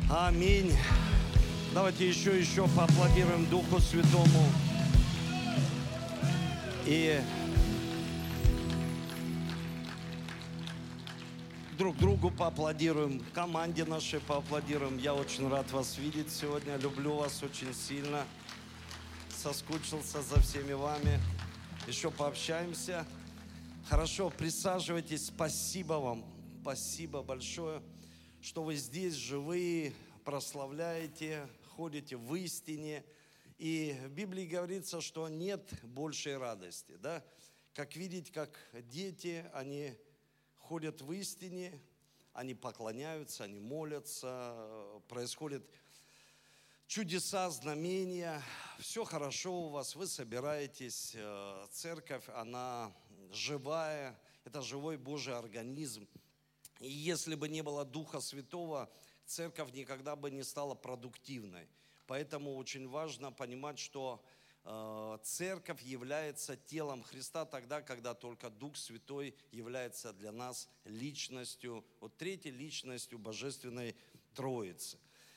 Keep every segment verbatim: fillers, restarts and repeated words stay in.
Аминь. Давайте еще, еще поаплодируем Духу Святому. И друг другу поаплодируем, команде нашей поаплодируем. Я очень рад вас видеть сегодня, люблю вас очень сильно. Соскучился за всеми вами. Еще пообщаемся. Хорошо, присаживайтесь. Спасибо вам. Спасибо большое, что вы здесь живые, прославляете, ходите в истине. И в Библии говорится, что нет большей радости, да? Как видеть, как дети, они ходят в истине, они поклоняются, они молятся, происходят чудеса, знамения, все хорошо у вас, вы собираетесь, церковь, она живая, это живой Божий организм. И если бы не было Духа Святого, церковь никогда бы не стала продуктивной. Поэтому очень важно понимать, что э, церковь является телом Христа тогда, когда только Дух Святой является для нас личностью, вот третьей личностью Божественной Троицы.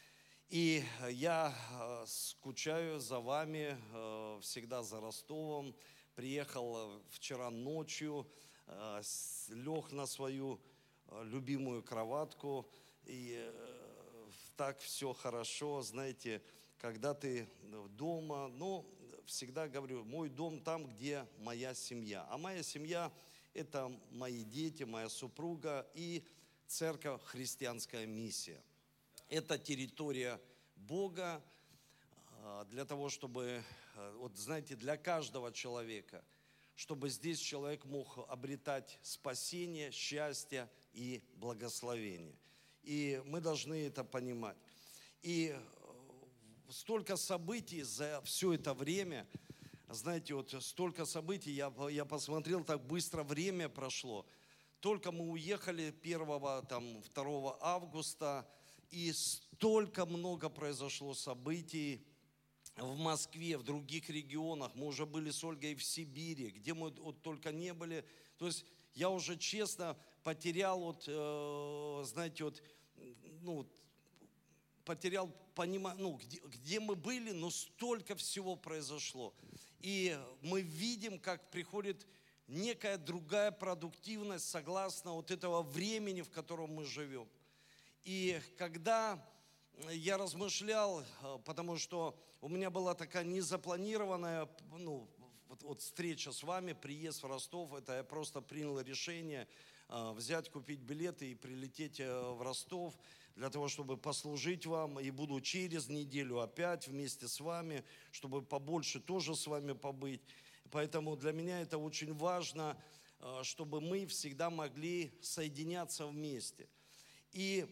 И я э, скучаю за вами, э, всегда за Ростовом. Приехал вчера ночью, э, лег на свою любимую кроватку, и э, так все хорошо, знаете, когда ты дома, ну, всегда говорю, мой дом там, где моя семья, а моя семья – это мои дети, моя супруга и церковь «Христианская миссия». Это территория Бога для того, чтобы, вот знаете, для каждого человека, чтобы здесь человек мог обретать спасение, счастье и благословение. И мы должны это понимать. И столько событий за все это время, знаете, вот столько событий, я, я посмотрел, так быстро время прошло. Только мы уехали первого, там, второго августа, и столько много произошло событий в Москве, в других регионах. Мы уже были с Ольгой в Сибири, где мы вот только не были. То есть я уже честно потерял, вот, э, знаете, вот, ну, потерял понимание, ну, где, где мы были, но столько всего произошло. И мы видим, как приходит некая другая продуктивность согласно вот этого времени, в котором мы живем. И когда я размышлял, потому что у меня была такая незапланированная, ну, вот, вот встреча с вами, приезд в Ростов, это я просто принял решение э, взять, купить билеты и прилететь э, в Ростов для того, чтобы послужить вам, и буду через неделю опять вместе с вами, чтобы побольше тоже с вами побыть. Поэтому для меня это очень важно, э, чтобы мы всегда могли соединяться вместе. И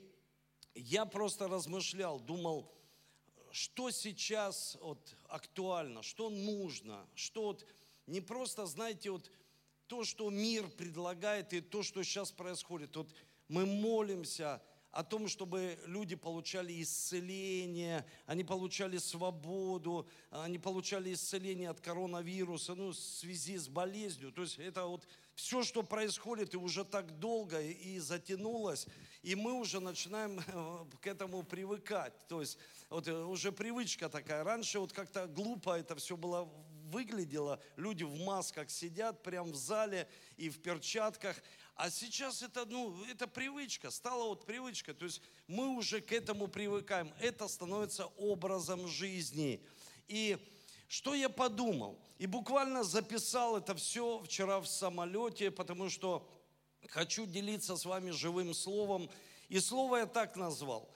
я просто размышлял, думал, что сейчас вот актуально, что нужно, что вот не просто, знаете, вот то, что мир предлагает и то, что сейчас происходит. Вот мы молимся о том, чтобы люди получали исцеление, они получали свободу, они получали исцеление от коронавируса, ну, в связи с болезнью. То есть это вот все, что происходит, и уже так долго и затянулось, и мы уже начинаем к этому привыкать. То есть вот уже привычка такая. Раньше вот как-то глупо это все было выглядело. Люди в масках сидят прямо в зале и в перчатках. А сейчас это, ну, это привычка, стала вот привычка. То есть мы уже к этому привыкаем. Это становится образом жизни. И что я подумал? И буквально записал это все вчера в самолете, потому что хочу делиться с вами живым словом. И слово я так назвал.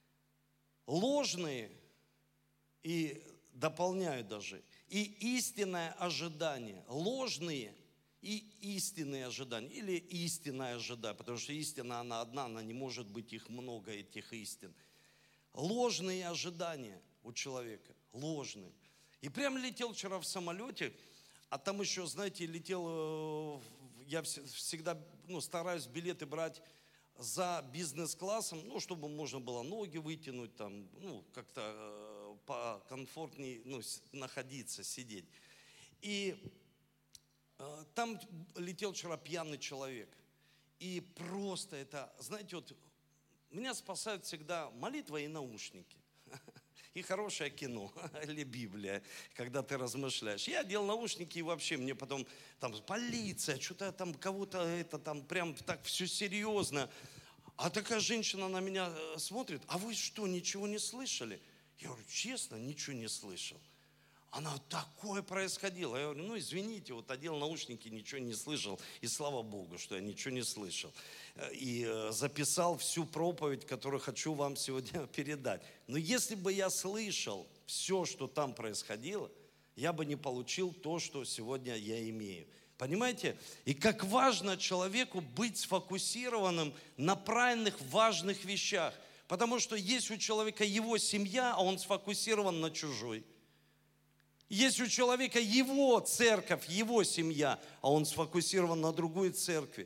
Ложные, и дополняю даже, и истинное ожидание. Ложные и истинные ожидания. Или истинное ожидание, потому что истина, она одна, она не может быть, их много, этих истин. Ложные ожидания у человека, ложные. И прям летел вчера в самолете, а там еще, знаете, летел, я всегда, ну, стараюсь билеты брать за бизнес-классом, ну, чтобы можно было ноги вытянуть, там, ну, как-то э, покомфортнее, ну, находиться, сидеть. И э, там летел вчера пьяный человек. И просто это, знаете, вот меня спасают всегда молитва и наушники. И хорошее кино, или Библия, когда ты размышляешь. Я одел наушники, и вообще мне потом, там, полиция, что-то там, кого-то, это там, прям так все серьезно. А такая женщина на меня смотрит, а вы что, ничего не слышали? Я говорю, честно, ничего не слышал. Она, такое происходило. Я говорю, ну извините, вот одел наушники, ничего не слышал. И слава Богу, что я ничего не слышал. И записал всю проповедь, которую хочу вам сегодня передать. Но если бы я слышал все, что там происходило, я бы не получил то, что сегодня я имею. Понимаете? И как важно человеку быть сфокусированным на правильных, важных вещах. Потому что есть у человека его семья, а он сфокусирован на чужой. Есть у человека его церковь, его семья, а он сфокусирован на другой церкви.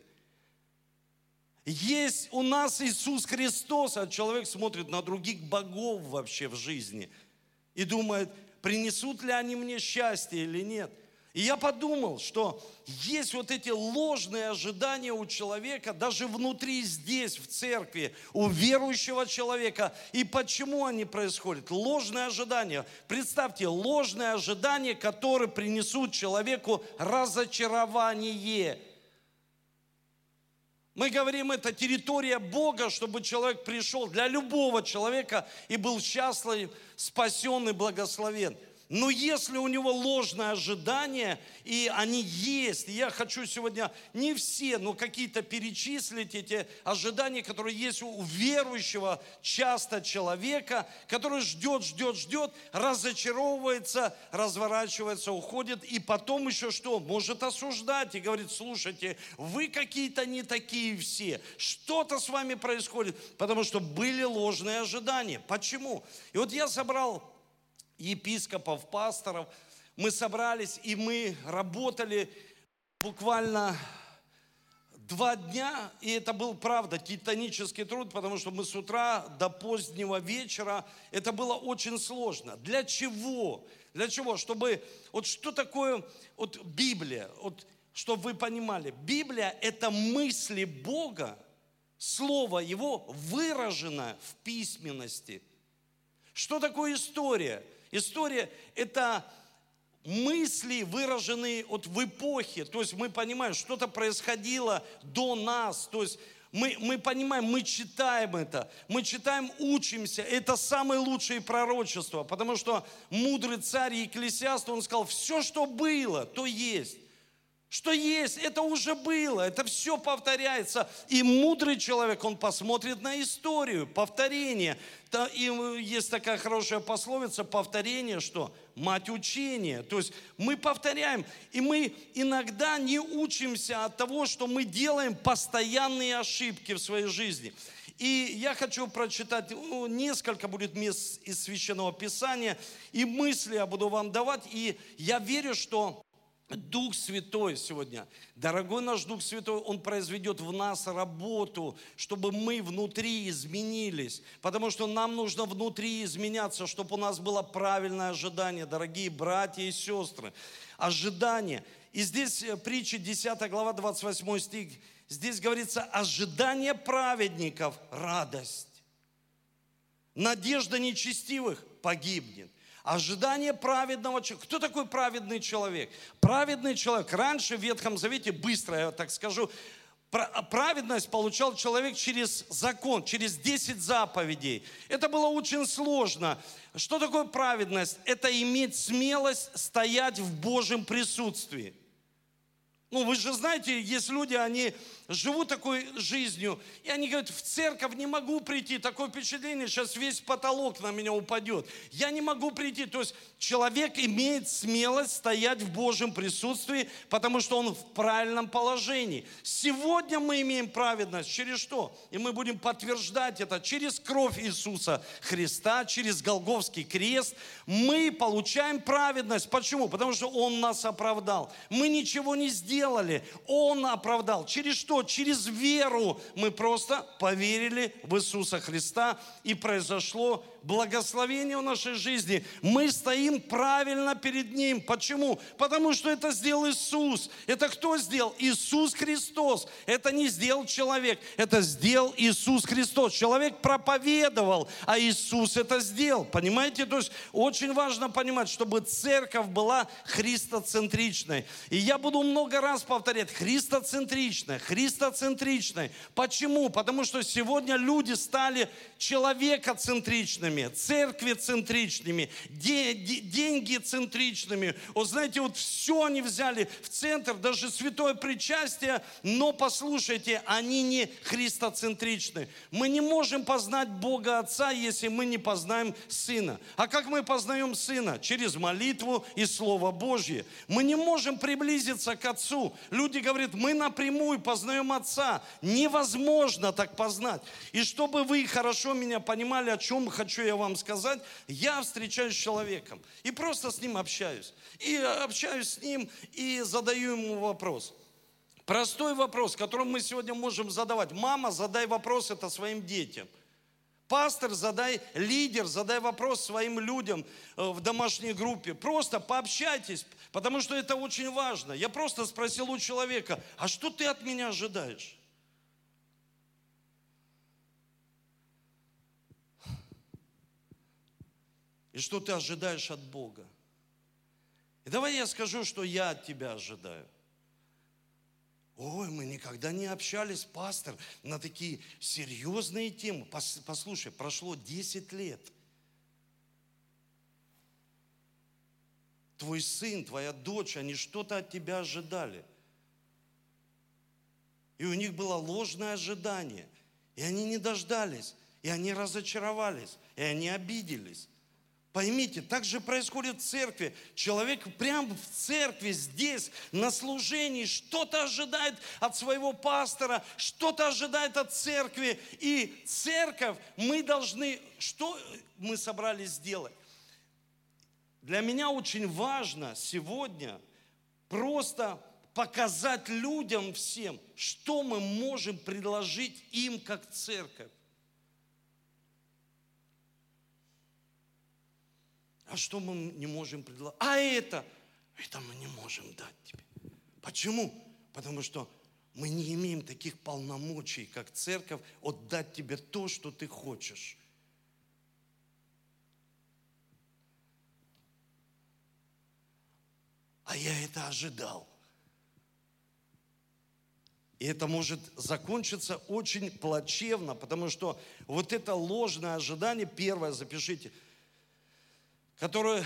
Есть у нас Иисус Христос, а человек смотрит на других богов вообще в жизни и думает, принесут ли они мне счастье или нет. И я подумал, что есть вот эти ложные ожидания у человека, даже внутри здесь, в церкви, у верующего человека. И почему они происходят? Ложные ожидания. Представьте, ложные ожидания, которые принесут человеку разочарование. Мы говорим, это территория Бога, чтобы человек пришел для любого человека и был счастлив, спасен и благословен. Но если у него ложные ожидания, и они есть, и я хочу сегодня не все, но какие-то перечислить эти ожидания, которые есть у верующего часто человека, который ждет, ждет, ждет, разочаровывается, разворачивается, уходит, и потом еще что? Может осуждать и говорит, слушайте, вы какие-то не такие все, что-то с вами происходит, потому что были ложные ожидания. Почему? И вот я собрал епископов, пасторов, мы собрались и мы работали буквально два дня, и это был, правда, титанический труд, потому что мы с утра до позднего вечера, это было очень сложно. Для чего? Для чего? Чтобы, вот что такое вот Библия, вот, чтобы вы понимали, Библия – это мысли Бога, Слово Его выражено в письменности. Что такое история? История – это мысли, выраженные вот в эпохе. То есть мы понимаем, что-то происходило до нас. То есть мы, мы понимаем, мы читаем это. Мы читаем, учимся. Это самые лучшие пророчества. Потому что мудрый царь Екклесиаст, он сказал, все, что было, то есть. Что есть, это уже было, это все повторяется. И мудрый человек, он посмотрит на историю, повторение. И есть такая хорошая пословица, повторение, что? Мать учения. То есть мы повторяем, и мы иногда не учимся от того, что мы делаем постоянные ошибки в своей жизни. И я хочу прочитать, ну, несколько будет мест из Священного Писания, и мысли я буду вам давать, и я верю, что Дух Святой сегодня, дорогой наш Дух Святой, Он произведет в нас работу, чтобы мы внутри изменились. Потому что нам нужно внутри изменяться, чтобы у нас было правильное ожидание, дорогие братья и сестры. Ожидание. И здесь притча десятая глава, двадцать восьмой стих. Здесь говорится, ожидание праведников – радость. Надежда нечестивых погибнет. Ожидание праведного человека. Кто такой праведный человек? Праведный человек. Раньше в Ветхом Завете, быстро я так скажу, праведность получал человек через закон, через десять заповедей. Это было очень сложно. Что такое праведность? Это иметь смелость стоять в Божьем присутствии. Ну, вы же знаете, есть люди, они живут такой жизнью, и они говорят, в церковь не могу прийти, такое впечатление, сейчас весь потолок на меня упадет. Я не могу прийти. То есть человек имеет смелость стоять в Божьем присутствии, потому что он в правильном положении. Сегодня мы имеем праведность через что? И мы будем подтверждать это через кровь Иисуса Христа, через Голгофский крест. Мы получаем праведность. Почему? Потому что Он нас оправдал. Мы ничего не сделали сделали, Он оправдал. Через что? Через веру мы просто поверили в Иисуса Христа, и произошло благословение в нашей жизни. Мы стоим правильно перед Ним. Почему? Потому что это сделал Иисус. Это кто сделал? Иисус Христос. Это не сделал человек, это сделал Иисус Христос. Человек проповедовал, а Иисус это сделал. Понимаете? То есть очень важно понимать, чтобы церковь была христоцентричной. И я буду много раз повторять: христоцентричная, христоцентричная. Почему? Потому что сегодня люди стали человекоцентричными, церкви-центричными, де- де- деньги-центричными. Вот знаете, вот все они взяли в центр, даже святое причастие, но послушайте, они не христоцентричны. Мы не можем познать Бога Отца, если мы не познаем Сына. А как мы познаем Сына? Через молитву и Слово Божье. Мы не можем приблизиться к Отцу. Люди говорят: мы напрямую познаем Отца. Невозможно так познать. И чтобы вы хорошо меня понимали, о чем хочу я вам сказать, я встречаюсь с человеком и просто с ним общаюсь. И общаюсь с ним и задаю ему вопрос. Простой вопрос, который мы сегодня можем задавать. Мама, задай вопрос это своим детям. Пастор, задай, лидер, задай вопрос своим людям в домашней группе. Просто пообщайтесь, потому что это очень важно. Я просто спросил у человека: а что ты от меня ожидаешь? И что ты ожидаешь от Бога? И давай я скажу, что я от тебя ожидаю. Ой, мы никогда не общались, пастор, на такие серьезные темы. Послушай, прошло десять лет. Твой сын, твоя дочь, они что-то от тебя ожидали. И у них было ложное ожидание. И они не дождались. И они разочаровались. И они обиделись. Поймите, так же происходит в церкви. Человек прямо в церкви, здесь, на служении, что-то ожидает от своего пастора, что-то ожидает от церкви. И церковь, мы должны, что мы собрались сделать? Для меня очень важно сегодня просто показать людям всем, что мы можем предложить им как церковь. А что мы не можем предложить? А это, это мы не можем дать тебе. Почему? Потому что мы не имеем таких полномочий, как церковь, отдать тебе то, что ты хочешь. А я это ожидал. И это может закончиться очень плачевно, потому что вот это ложное ожидание, первое, запишите, которое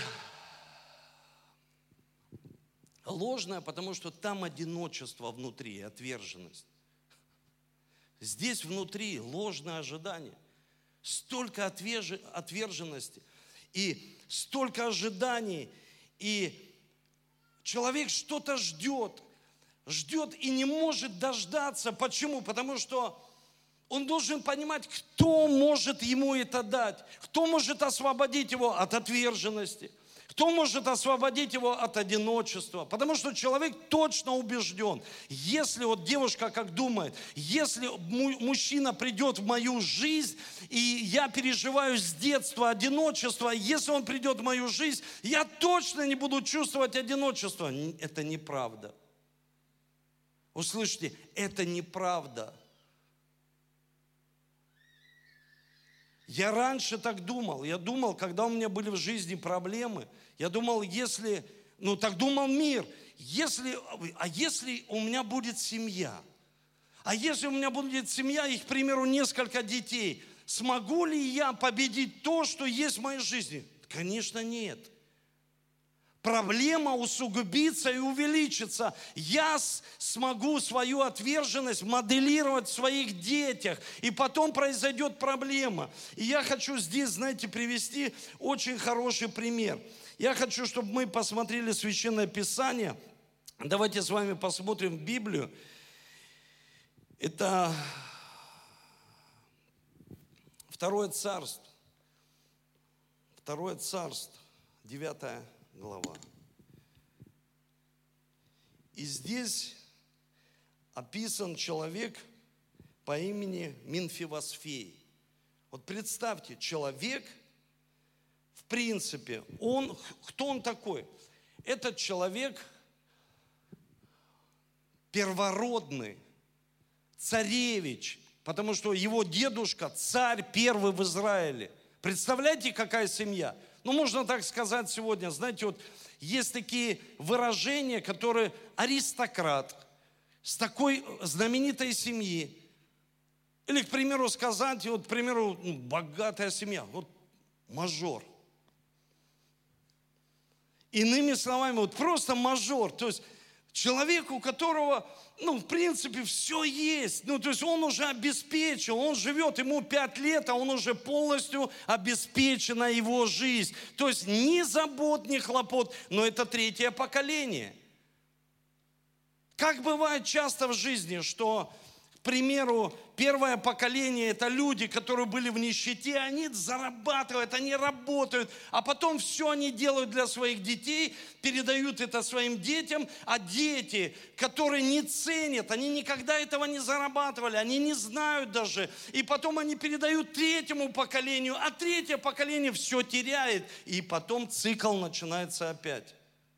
ложное, потому что там одиночество внутри, отверженность. Здесь внутри ложное ожидание. Столько отверженности и столько ожиданий. И человек что-то ждет, ждет и не может дождаться. Почему? Потому что он должен понимать, кто может ему это дать, кто может освободить его от отверженности, кто может освободить его от одиночества. Потому что человек точно убежден, если вот девушка как думает, если мужчина придет в мою жизнь, и я переживаю с детства одиночество, если он придет в мою жизнь, я точно не буду чувствовать одиночество. Это неправда. Услышьте, это неправда. Я раньше так думал. Я думал, когда у меня были в жизни проблемы, я думал, если, ну так думал мир, если, а если у меня будет семья? А если у меня будет семья, и, к примеру, несколько детей, смогу ли я победить то, что есть в моей жизни? Конечно, нет. Проблема усугубится и увеличится. Я смогу свою отверженность моделировать в своих детях, и потом произойдет проблема. И я хочу здесь, знаете, привести очень хороший пример. Я хочу, чтобы мы посмотрели Священное Писание. Давайте с вами посмотрим Библию. Это Второе Царство. Второе Царство, девятая глава. И здесь описан человек по имени Мемфивосфей. Вот представьте, человек, в принципе, он, кто он такой? Этот человек первородный, царевич, потому что его дедушка царь первый в Израиле. Представляете, какая семья? Ну, можно так сказать сегодня, знаете, вот есть такие выражения, которые аристократ с такой знаменитой семьи. Или, к примеру, сказать, вот, к примеру, ну, богатая семья, вот мажор. Иными словами, вот просто мажор, то есть человек, у которого, ну, в принципе, все есть. Ну, то есть он уже обеспечен, он живет, ему пять лет, а он уже полностью обеспечена его жизнь. То есть ни забот, ни хлопот, но это третье поколение. Как бывает часто в жизни, что, к примеру, первое поколение – это люди, которые были в нищете, они зарабатывают, они работают, а потом все они делают для своих детей, передают это своим детям, а дети, которые не ценят, они никогда этого не зарабатывали, они не знают даже, и потом они передают третьему поколению, а третье поколение все теряет, и потом цикл начинается опять.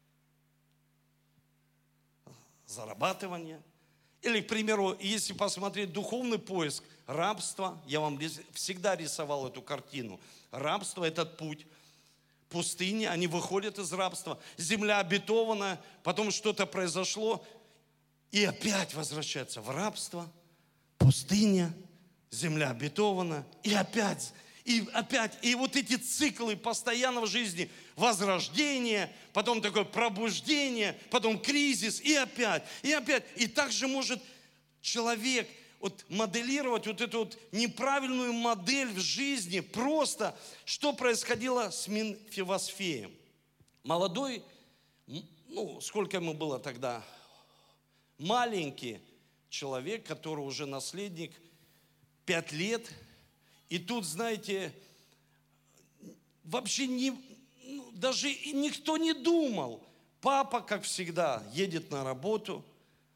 Зарабатывание. Или, к примеру, если посмотреть духовный поиск, рабство, я вам всегда рисовал эту картину. Рабство – этот путь. Пустыня, они выходят из рабства. Земля обетованная, потом что-то произошло, и опять возвращаются в рабство. Пустыня, земля обетованная, и опять, и опять. И вот эти циклы постоянно в жизни. Возрождение, потом такое пробуждение, потом кризис, и опять, и опять. И также может человек вот моделировать вот эту вот неправильную модель в жизни. Просто что происходило с Мемфивосфеем. Молодой, ну, сколько ему было тогда? Маленький человек, который уже наследник, пять лет. И тут, знаете, вообще не... Ну, даже никто не думал. Папа, как всегда, едет на работу,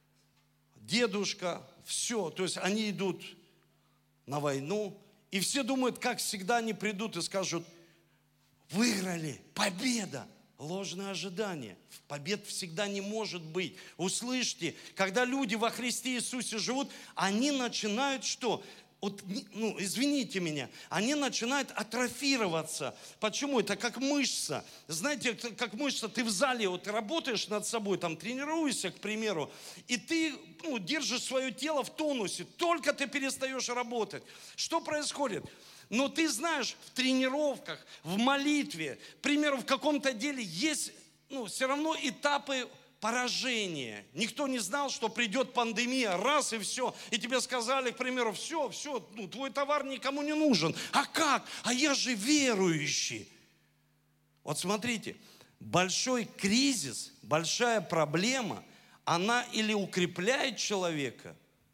дедушка, все. То есть они идут на войну, и все думают, как всегда, они придут и скажут: выиграли, победа. Ложное ожидание. Побед всегда не может быть. Услышьте, когда люди во Христе Иисусе живут, они начинают что? Вот, ну, извините меня, они начинают атрофироваться. Почему? Это как мышца. Знаете, как мышца, ты в зале вот работаешь над собой, там тренируешься, к примеру, и ты ну, держишь свое тело в тонусе, только ты перестаешь работать. Что происходит? Но ты знаешь, в тренировках, в молитве, к примеру, в каком-то деле есть ну, все равно этапы поражение. Никто не знал, что придет пандемия, раз и все. И тебе сказали, к примеру, все, все, ну, твой товар никому не нужен. А как? А я же верующий. Вот смотрите, большой кризис, большая проблема, она или укрепляет человека,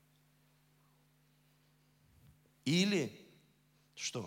или что?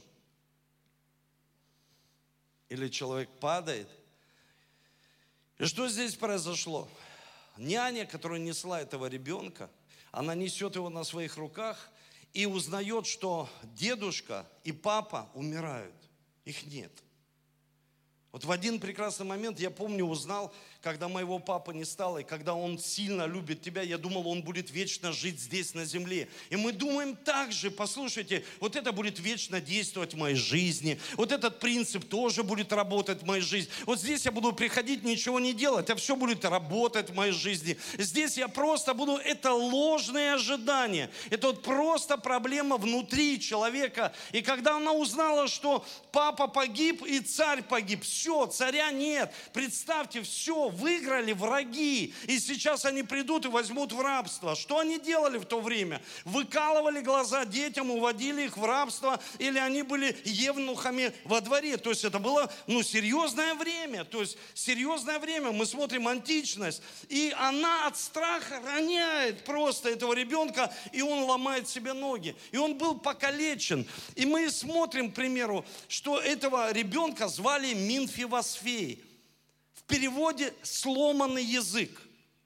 Или человек падает. И что здесь произошло? Няня, которая несла этого ребенка, она несет его на своих руках и узнает, что дедушка и папа умирают. Их нет. Вот в один прекрасный момент, я помню, узнал, когда моего папы не стало, и когда он сильно любит тебя, я думал, он будет вечно жить здесь на земле. И мы думаем так же, послушайте, вот это будет вечно действовать в моей жизни, вот этот принцип тоже будет работать в моей жизни. Вот здесь я буду приходить, ничего не делать, а все будет работать в моей жизни. Здесь я просто буду, это ложные ожидания, это вот просто проблема внутри человека. И когда она узнала, что папа погиб и царь погиб, все, царя нет, представьте, все, выиграли враги, и сейчас они придут и возьмут в рабство. Что они делали в то время? Выкалывали глаза детям, уводили их в рабство, или они были евнухами во дворе. То есть это было, ну, серьезное время, то есть серьезное время. Мы смотрим античность, и она от страха роняет просто этого ребенка, и он ломает себе ноги. И он был покалечен. И мы смотрим, к примеру, что этого ребенка звали Мемфивосфей. В переводе «сломанный язык».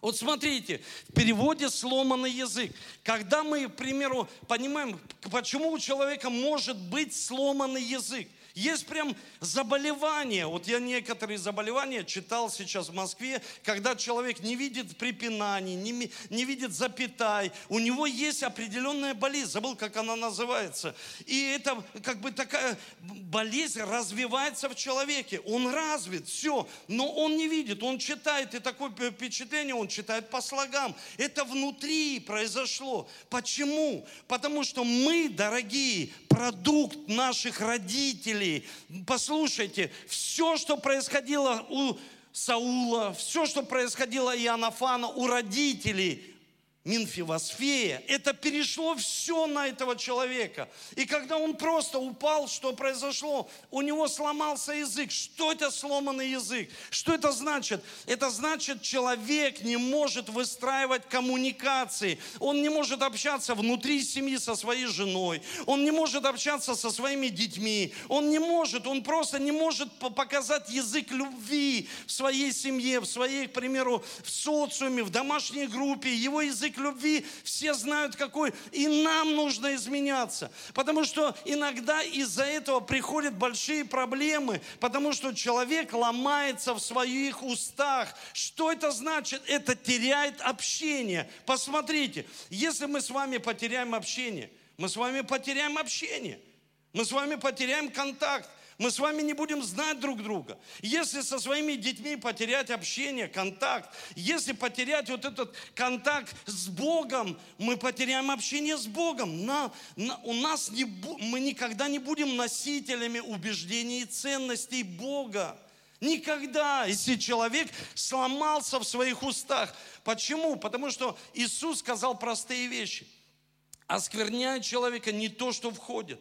Вот смотрите, в переводе сломанный язык. Когда мы, к примеру, понимаем, почему у человека может быть сломанный язык. Есть прям заболевания. Вот я некоторые заболевания читал сейчас в Москве, когда человек не видит препинаний, не, не видит запятай. У него есть определенная болезнь. Забыл, как она называется. И это как бы такая болезнь развивается в человеке. Он развит, все. Но он не видит, он читает. И такое впечатление, он читает по слогам. Это внутри произошло. Почему? Потому что мы, дорогие, продукт наших родителей. Послушайте, все, что происходило у Саула, все, что происходило у Иоаннафана, у родителей Мемфивосфея, это перешло все на этого человека. И когда он просто упал, что произошло? У него сломался язык. Что это сломанный язык? Что это значит? Это значит, человек не может выстраивать коммуникации. Он не может общаться внутри семьи со своей женой. Он не может общаться со своими детьми. Он не может, он просто не может показать язык любви в своей семье, в своей, к примеру, в социуме, в домашней группе. Его язык любви все знают какой. И нам нужно изменяться. Потому что иногда из-за этого приходят большие проблемы. Потому что человек ломается в своих устах. Что это значит? Это теряет общение. Посмотрите, если мы с вами потеряем общение, мы с вами потеряем общение. Мы с вами потеряем контакт. Мы с вами не будем знать друг друга. Если со своими детьми потерять общение, контакт, если потерять вот этот контакт с Богом, мы потеряем общение с Богом. На, на, у нас не, мы никогда не будем носителями убеждений и ценностей Бога. Никогда, если человек сломался в своих устах. Почему? Потому что Иисус сказал простые вещи. Оскверняет человека не то, что входит.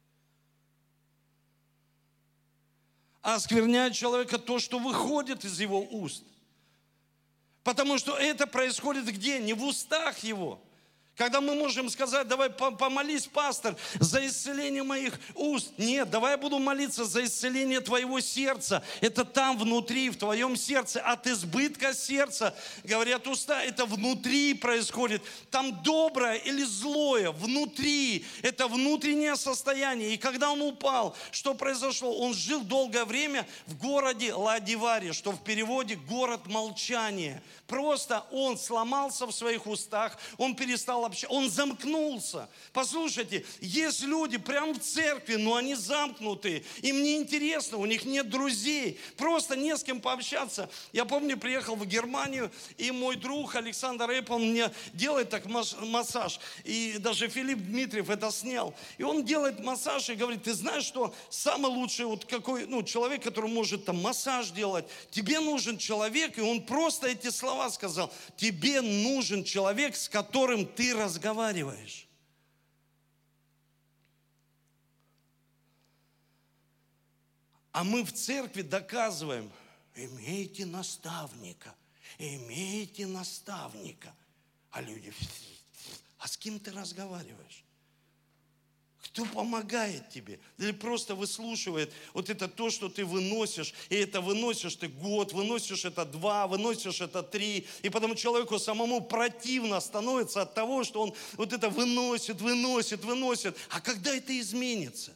А оскверняет человека то, что выходит из его уст. Потому что это происходит где? Не в устах его. Когда мы можем сказать, давай помолись, пастор, за исцеление моих уст. Нет, давай я буду молиться за исцеление твоего сердца. Это там внутри, в твоем сердце. От избытка сердца, говорят уста, это внутри происходит. Там доброе или злое, внутри. Это внутреннее состояние. И когда он упал, что произошло? Он жил долгое время в городе Ладивари, что в переводе город молчания. Просто он сломался в своих устах, он перестал общаться, он замкнулся. Послушайте, есть люди прямо в церкви, но они замкнутые, им не интересно, у них нет друзей, просто не с кем пообщаться. Я помню, приехал в Германию, и мой друг Александр Эйп, он мне делает так массаж, и даже Филипп Дмитриев это снял. И он делает массаж и говорит, ты знаешь, что самый лучший вот какой, ну, человек, который может там массаж делать, тебе нужен человек, и он просто эти слова сказал, тебе нужен человек, с которым ты разговариваешь. А мы в церкви доказываем, имейте наставника, имейте наставника. А люди, а с кем ты разговариваешь? Кто помогает тебе? Или просто выслушивает вот это то, что ты выносишь, и это выносишь ты год, выносишь это два, выносишь это три, и потом человеку самому противно становится от того, что он вот это выносит, выносит, выносит. А когда это изменится?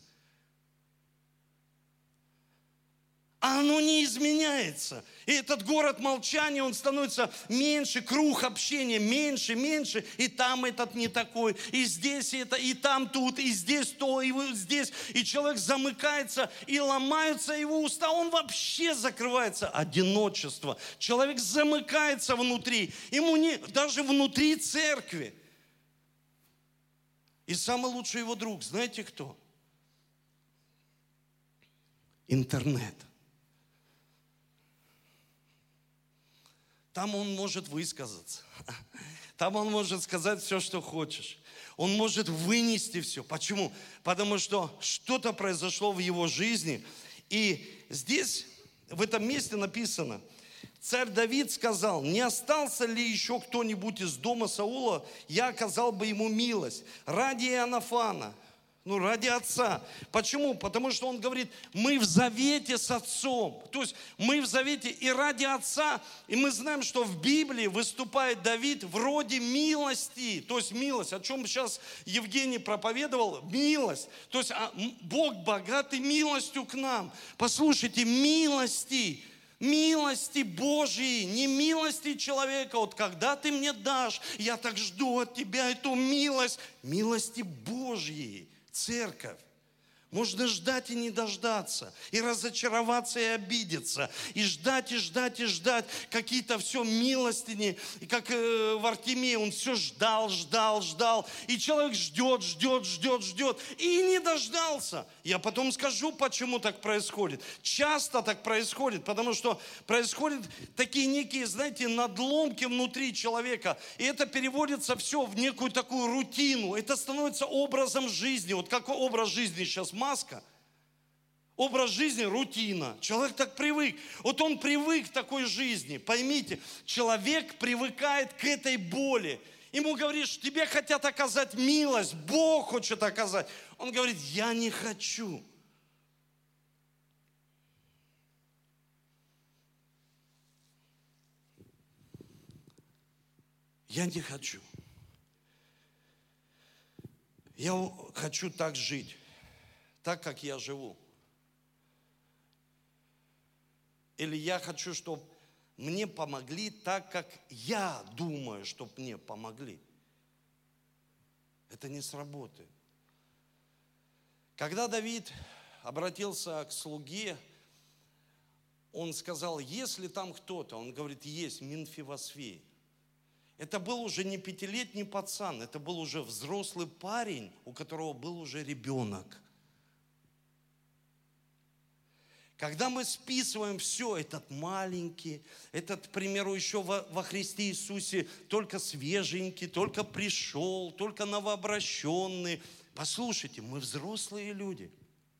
А оно не изменяется. И этот город молчания, он становится меньше, круг общения меньше, меньше. И там этот не такой, и здесь это, и там тут, и здесь то, и здесь. И человек замыкается, и ломаются его уста. Он вообще закрывается. Одиночество. Человек замыкается внутри. Ему не, даже внутри церкви. И самый лучший его друг, знаете кто? Интернет. Там он может высказаться. Там он может сказать все, что хочешь. Он может вынести все. Почему? Потому что что-то произошло в его жизни. И здесь, в этом месте написано, царь Давид сказал, не остался ли еще кто-нибудь из дома Саула, я оказал бы ему милость. Ради Иоаннафана, Ну, ради Отца. Почему? Потому что Он говорит, мы в завете с Отцом. То есть мы в завете и ради Отца. И мы знаем, что в Библии выступает Давид вроде милости. То есть милость. О чем сейчас Евгений проповедовал? Милость. То есть Бог богатый милостью к нам. Послушайте, милости. Милости Божьей, не милости человека. Вот когда ты мне дашь, я так жду от тебя эту милость. Милости Божьей. Церковь. Можно ждать и не дождаться, и разочароваться, и обидеться, и ждать, и ждать, и ждать какие-то все милостыни. И как э, в Артемии, он все ждал, ждал, ждал. И человек ждет, ждет, ждет, ждет, и не дождался. Я потом скажу, почему так происходит. Часто так происходит, потому что происходят такие некие, знаете, надломки внутри человека. И это переводится все в некую такую рутину. Это становится образом жизни. Вот какой образ жизни сейчас? Маска. Образ жизни – рутина. Человек так привык. Вот он привык к такой жизни. Поймите, человек привыкает к этой боли. Ему говоришь, тебе хотят оказать милость, Бог хочет оказать. Он говорит, я не хочу. Я не хочу. Я хочу так жить. Так, как я живу. Или я хочу, чтобы мне помогли так, как я думаю, чтобы мне помогли. Это не сработает. Когда Давид обратился к слуге, он сказал, есть ли там кто-то? Он говорит, есть, Мефибосфей. Это был уже не пятилетний пацан, это был уже взрослый парень, у которого был уже ребенок. Когда мы списываем все, этот маленький, этот, к примеру, еще во, во Христе Иисусе только свеженький, только пришел, только новообращенный. Послушайте, мы взрослые люди.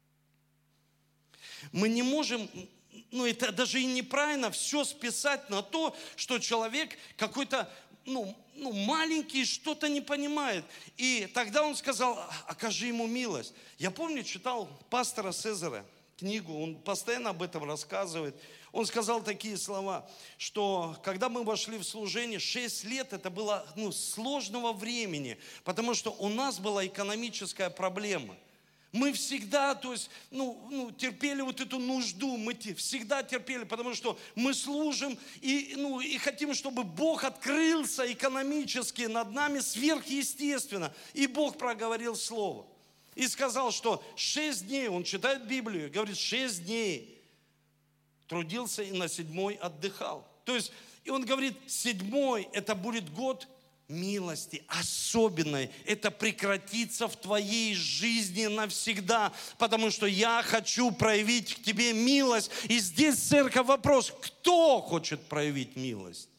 Мы не можем, ну это даже и неправильно, все списать на то, что человек какой-то, ну, ну маленький, что-то не понимает. И тогда он сказал, окажи ему милость. Я помню, читал пастора Сезара книгу, он постоянно об этом рассказывает. Он сказал такие слова, что когда мы вошли в служение, шесть лет это было ну, сложного времени, потому что у нас была экономическая проблема. Мы всегда, то есть, ну, ну, терпели вот эту нужду, мы те, всегда терпели, потому что мы служим и, ну, и хотим, чтобы Бог открылся экономически над нами сверхъестественно. И Бог проговорил слово. И сказал, что шесть дней, он читает Библию, говорит, шесть дней трудился и на седьмой отдыхал. То есть, и он говорит, седьмой это будет год милости, особенной. Это прекратится в твоей жизни навсегда, потому что я хочу проявить к тебе милость. И здесь, церковь, вопрос, кто хочет проявить милость?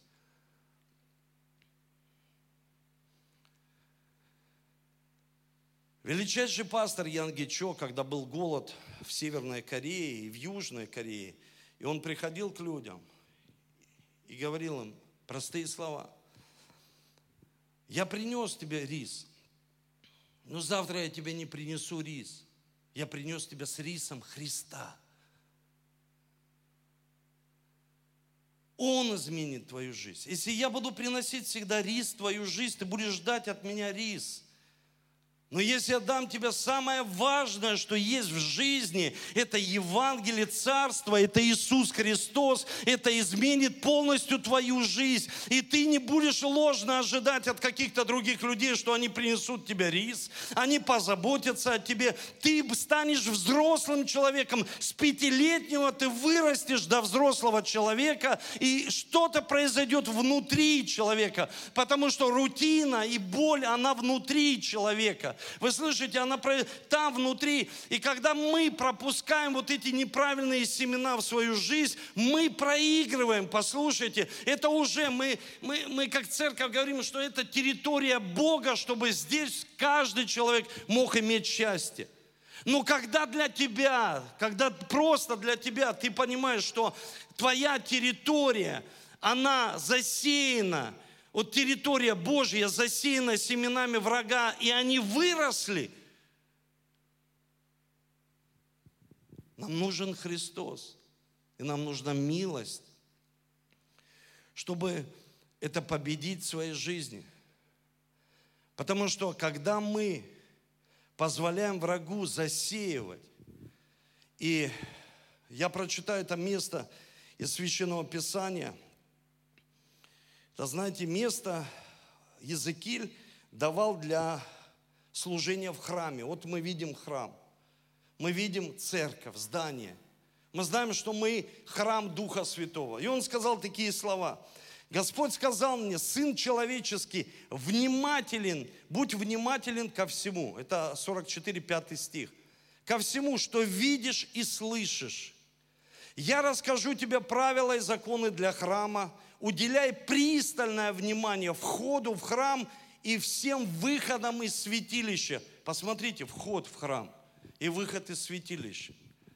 Величайший пастор Ян Гечо, когда был голод в Северной Корее и в Южной Корее, и он приходил к людям и говорил им простые слова. Я принес тебе рис, но завтра я тебе не принесу рис. Я принес тебе с рисом Христа. Он изменит твою жизнь. Если я буду приносить всегда рис в твою жизнь, ты будешь ждать от меня рис. Но если я дам тебе самое важное, что есть в жизни, это Евангелие Царства, это Иисус Христос, это изменит полностью твою жизнь. И ты не будешь ложно ожидать от каких-то других людей, что они принесут тебе рис, они позаботятся о тебе. Ты станешь взрослым человеком, с пятилетнего ты вырастешь до взрослого человека, и что-то произойдет внутри человека, потому что рутина и боль, она внутри человека. Вы слышите, она там внутри. И когда мы пропускаем вот эти неправильные семена в свою жизнь, мы проигрываем. Послушайте, это уже мы, мы, мы как церковь говорим, что это территория Бога, чтобы здесь каждый человек мог иметь счастье. Но когда для тебя, когда просто для тебя, ты понимаешь, что твоя территория, она засеяна, вот территория Божья засеяна семенами врага, и они выросли, Нам нужен Христос. И нам нужна милость, чтобы это победить в своей жизни. Потому что когда мы позволяем врагу засеивать, и я прочитаю это место из Священного Писания, это, знаете, место Иезекииль давал для служения в храме. Вот мы видим храм, мы видим церковь, здание. Мы знаем, что мы храм Духа Святого. И он сказал такие слова. Господь сказал мне: Сын человеческий, внимателен, будь внимателен ко всему. Это сорок четыре, пятый стих. Ко всему, что видишь и слышишь. Я расскажу тебе правила и законы для храма. Уделяй пристальное внимание входу в храм и всем выходам из святилища. Посмотрите, вход в храм и выход из святилища.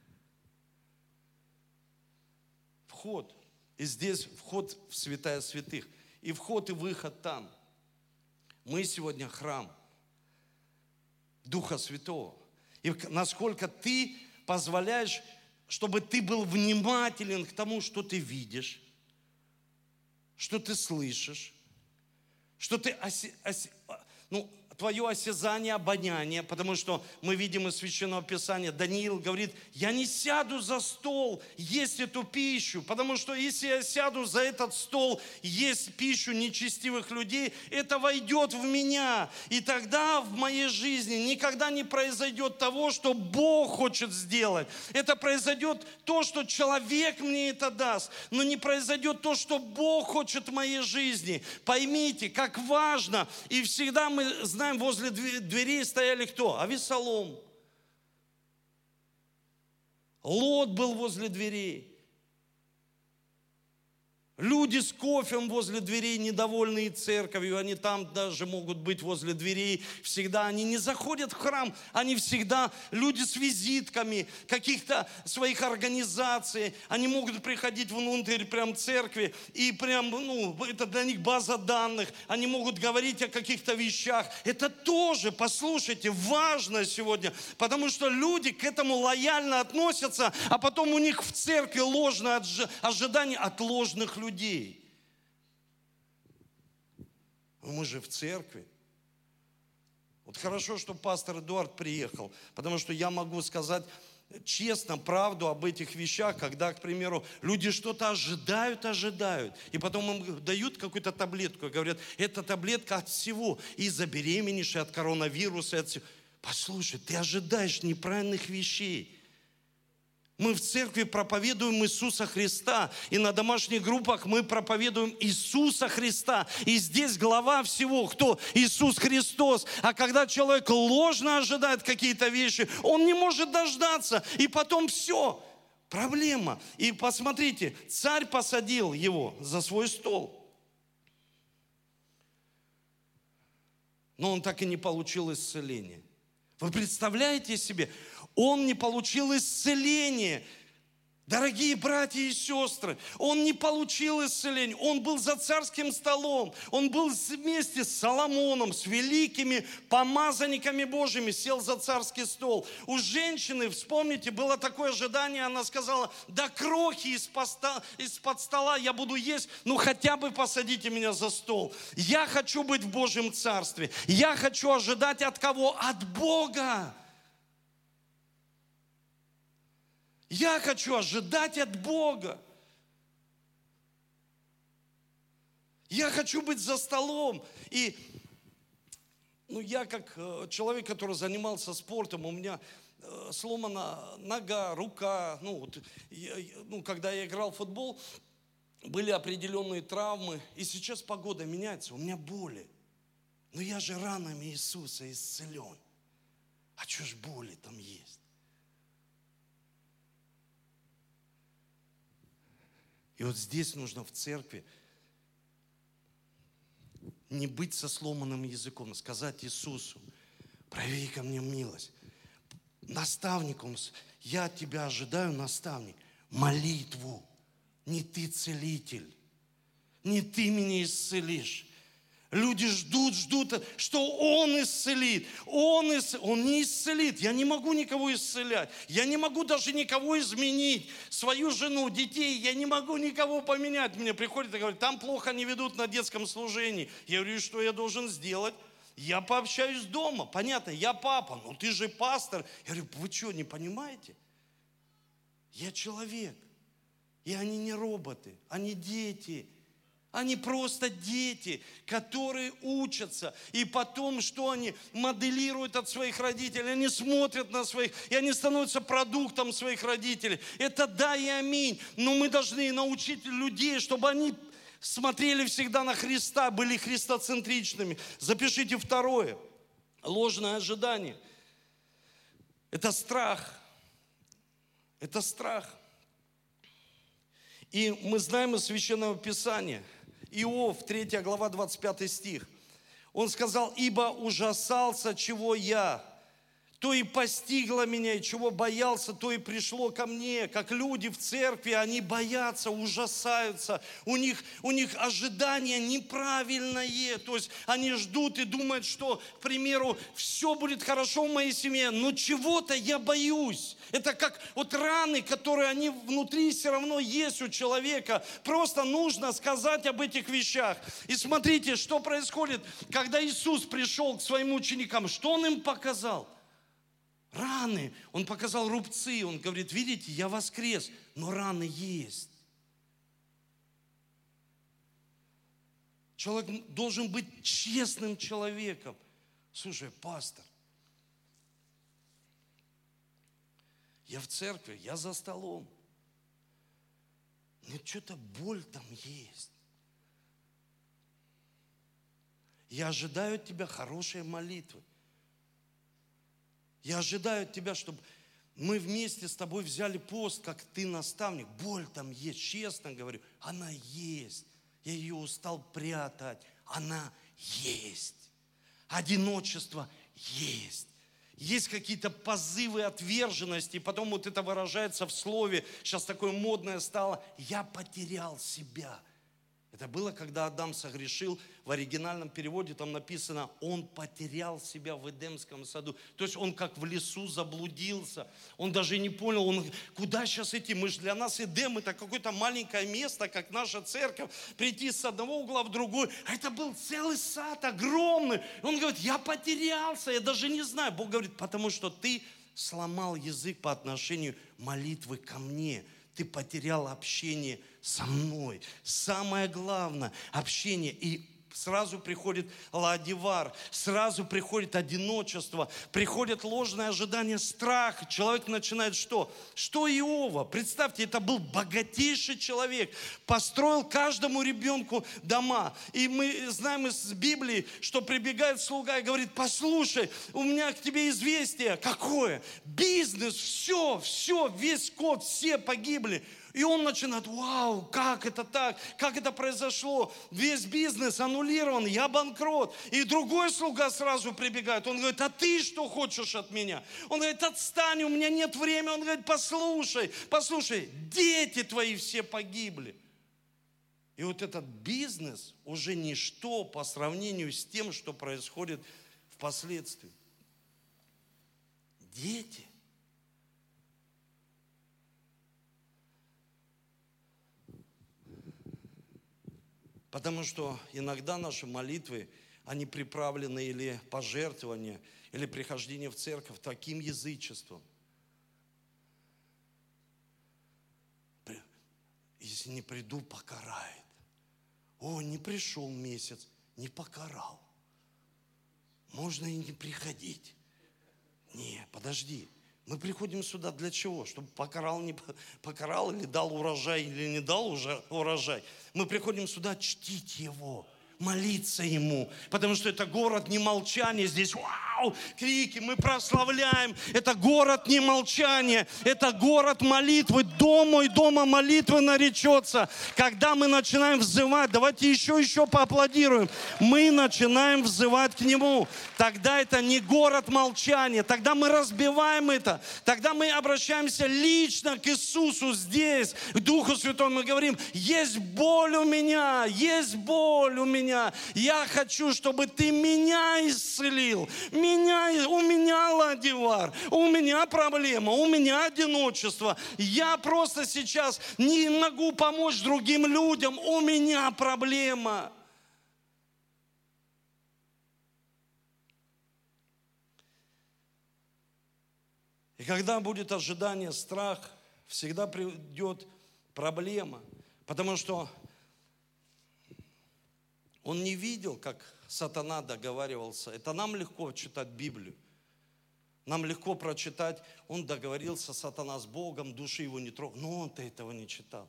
Вход. И здесь вход в святая святых. И вход и выход там. Мы сегодня храм Духа Святого. И насколько ты позволяешь, чтобы ты был внимателен к тому, что ты видишь, что ты слышишь, что ты, оси, оси, ну, твое осязание, обоняние, потому что мы видим из Священного Писания, Даниил говорит: я не сяду за стол есть эту пищу, потому что если я сяду за этот стол есть пищу нечестивых людей, это войдет в меня, и тогда в моей жизни никогда не произойдет того, что Бог хочет сделать. Это произойдет то, что человек мне это даст, но не произойдет то, что Бог хочет в моей жизни. Поймите, как важно, и всегда мы знаем, возле дверей стояли кто? Авессалом. Лот был возле дверей. Люди с кофем возле дверей, недовольные церковью, они там даже могут быть возле дверей. Всегда они не заходят в храм, они всегда люди с визитками каких-то своих организаций. Они могут приходить внутрь прям церкви, и прям, ну, это для них база данных. Они могут говорить о каких-то вещах. Это тоже, послушайте, важно сегодня, потому что люди к этому лояльно относятся, а потом у них в церкви ложное ожидание от ложных людей. Людей. Мы же в церкви. Вот хорошо, что пастор Эдуард приехал, потому что я могу сказать честно правду об этих вещах, когда, к примеру, люди что-то ожидают, ожидают, и потом им дают какую-то таблетку, и говорят: эта таблетка от всего, и забеременеешь, и от коронавируса, и от всего. Послушай, ты ожидаешь неправильных вещей. Мы в церкви проповедуем Иисуса Христа, и на домашних группах мы проповедуем Иисуса Христа. И здесь глава всего, кто? Иисус Христос. А когда человек ложно ожидает какие-то вещи, он не может дождаться, и потом все, проблема. И посмотрите, царь посадил его за свой стол, но он так и не получил исцеления. Вы представляете себе? Он не получил исцеления. Дорогие братья и сестры, он не получил исцеления. Он был за царским столом. Он был вместе с Соломоном, с великими помазанниками Божьими, сел за царский стол. У женщины, вспомните, было такое ожидание, она сказала: да крохи из-под стола я буду есть, ну хотя бы посадите меня за стол. Я хочу быть в Божьем царстве. Я хочу ожидать от кого? От Бога. Я хочу ожидать от Бога. Я хочу быть за столом. И ну, я как человек, который занимался спортом, у меня сломана нога, рука. Ну, вот, я, ну, когда я играл в футбол, были определенные травмы. И сейчас погода меняется, у меня боли. Но я же ранами Иисуса исцелен. А что ж боли там есть? И вот здесь нужно в церкви не быть со сломанным языком, сказать Иисусу: прояви ко мне милость. Наставником, я тебя ожидаю, наставник, молитву. Не ты целитель, не ты меня исцелишь. Люди ждут, ждут, что Он исцелит. Он, ис... Он не исцелит. Я не могу никого исцелять. Я не могу даже никого изменить. Свою жену, детей. Я не могу никого поменять. Мне приходят и говорят, там плохо не ведут на детском служении. Я говорю, что я должен сделать? Я пообщаюсь дома. Понятно, я папа. Ну ты же пастор. Я говорю, вы что, не понимаете? Я человек. И они не роботы. Они дети. Они просто дети, которые учатся. И потом, что они моделируют от своих родителей. Они смотрят на своих, и они становятся продуктом своих родителей. Это да и аминь. Но мы должны научить людей, чтобы они смотрели всегда на Христа, были христоцентричными. Запишите второе. Ложное ожидание. Это страх. Это страх. И мы знаем из Священного Писания, Иов, третья глава, двадцать пятый стих. Он сказал, ибо ужасался, чего я, то и постигло меня, и чего боялся, то и пришло ко мне. Как люди в церкви, они боятся, ужасаются. У них, у них ожидание неправильное. То есть они ждут и думают, что, к примеру, все будет хорошо в моей семье, но чего-то я боюсь. Это как вот раны, которые они внутри все равно есть у человека. Просто нужно сказать об этих вещах. И смотрите, что происходит, когда Иисус пришел к своим ученикам. Что Он им показал? Раны. Он показал рубцы. Он говорит, видите, я воскрес, но раны есть. Человек должен быть честным человеком. Слушай, пастор, я в церкви, я за столом. Но что-то боль там есть. Я ожидаю от тебя хорошей молитвы. Я ожидаю от тебя, чтобы мы вместе с тобой взяли пост, как ты наставник. Боль там есть, честно говорю, она есть. Я ее устал прятать. Она есть. Одиночество есть. Есть какие-то позывы отверженности, и потом вот это выражается в слове, сейчас такое модное стало, я потерял себя. Это было, когда Адам согрешил, в оригинальном переводе там написано, он потерял себя в Эдемском саду. То есть он как в лесу заблудился, он даже не понял, он, куда сейчас идти, мы же для нас Эдем, это какое-то маленькое место, как наша церковь, прийти с одного угла в другой, а это был целый сад огромный. Он говорит, я потерялся, я даже не знаю. Бог говорит, потому что ты сломал язык по отношению молитвы ко мне. Ты потерял общение со мной. Самое главное – общение. И сразу приходит ладивар, сразу приходит одиночество, приходит ложное ожидание, страх. Человек начинает что? Что Иова? Представьте, это был богатейший человек. Построил каждому ребенку дома. И мы знаем из Библии, что прибегает слуга и говорит, послушай, у меня к тебе известие. Какое? Бизнес, все, все, весь скот, все погибли. И он начинает, вау, как это так, как это произошло, весь бизнес аннулирован, я банкрот. И другой слуга сразу прибегает, он говорит, а ты что хочешь от меня? Он говорит, отстань, у меня нет времени. Он говорит, послушай, послушай, дети твои все погибли. И вот этот бизнес уже ничто по сравнению с тем, что происходит впоследствии. Дети. Потому что иногда наши молитвы, они приправлены или пожертвования, или прихождение в церковь таким язычеством. Если не приду, покарает. О, не пришел месяц, не покарал. Можно и не приходить. Не, подожди. Мы приходим сюда для чего? Чтобы покарал, не покарал, или дал урожай, или не дал уже урожай. Мы приходим сюда чтить Его, молиться Ему. Потому что это город не молчания. Здесь вау, вау, крики, мы прославляем. Это город не молчания, это город молитвы. Дом мой дома молитвы наречется. Когда мы начинаем взывать, давайте еще, еще поаплодируем. Мы начинаем взывать к Нему. Тогда это не город молчания, тогда мы разбиваем это. Тогда мы обращаемся лично к Иисусу здесь, к Духу Святому. Мы говорим, есть боль у меня, есть боль у меня. Я хочу, чтобы Ты меня исцелил. Меня, у меня ладивар, у меня проблема, у меня одиночество. Я просто сейчас не могу помочь другим людям. У меня проблема. И когда будет ожидание, страх, всегда придет проблема. Потому что он не видел, как сатана договаривался. Это нам легко читать Библию. Нам легко прочитать, он договорился, сатана, с Богом, души его не трогал. Но он-то этого не читал.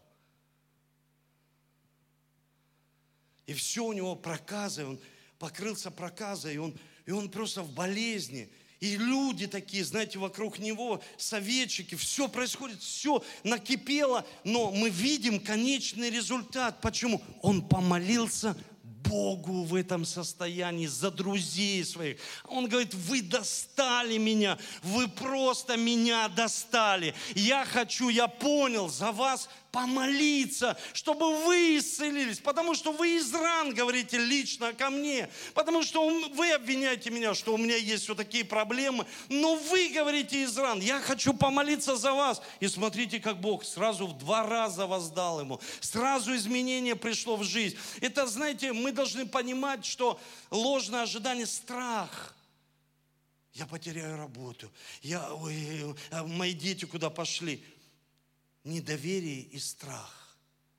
И все у него проказы, он покрылся проказой, и он, и он просто в болезни. И люди такие, знаете, вокруг него, советчики, все происходит, все накипело, но мы видим конечный результат. Почему? Он помолился Богу в этом состоянии за друзей своих. Он говорит, вы достали меня, вы просто меня достали. Я хочу, я понял, за вас помолиться, чтобы вы исцелились, потому что вы из ран говорите лично ко мне, потому что вы обвиняете меня, что у меня есть вот такие проблемы, но вы говорите из ран. Я хочу помолиться за вас. И смотрите, как Бог сразу в два раза воздал ему, сразу изменение пришло в жизнь. Это, знаете, мы должны понимать, что ложное ожидание – страх. Я потеряю работу, я, ой, мои дети куда пошли? Недоверие и страх.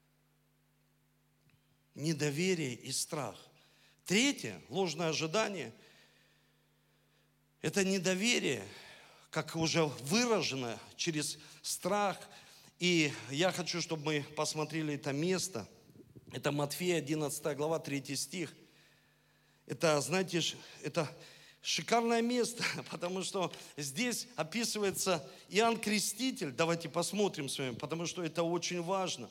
Недоверие и страх. Третье, ложное ожидание, это недоверие, как уже выражено через страх. И я хочу, чтобы мы посмотрели это место. Это Матфея, одиннадцатая глава, третий стих. Это, знаете, это шикарное место, потому что здесь описывается Иоанн Креститель. Давайте посмотрим с вами, потому что это очень важно.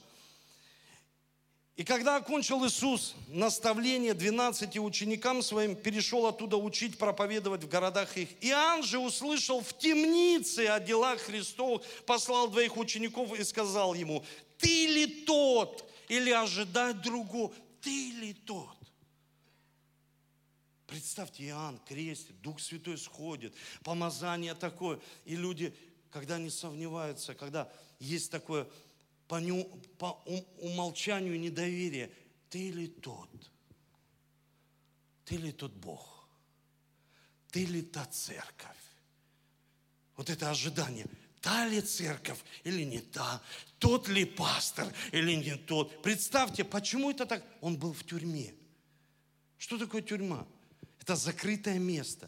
И когда окончил Иисус наставление двенадцати ученикам своим, перешел оттуда учить, проповедовать в городах их. Иоанн же услышал в темнице о делах Христовых, послал двоих учеников и сказал ему, ты ли тот, или ожидать другого, ты ли тот? Представьте, Иоанн крестит, Дух Святой сходит, помазание такое. И люди, когда они сомневаются, когда есть такое по, ню, по умолчанию недоверие, ты ли тот? Ты ли тот Бог? Ты ли та церковь? Вот это ожидание. Та ли церковь или не та? Тот ли пастор или не тот? Представьте, почему это так? Он был в тюрьме. Что такое тюрьма? Это закрытое место.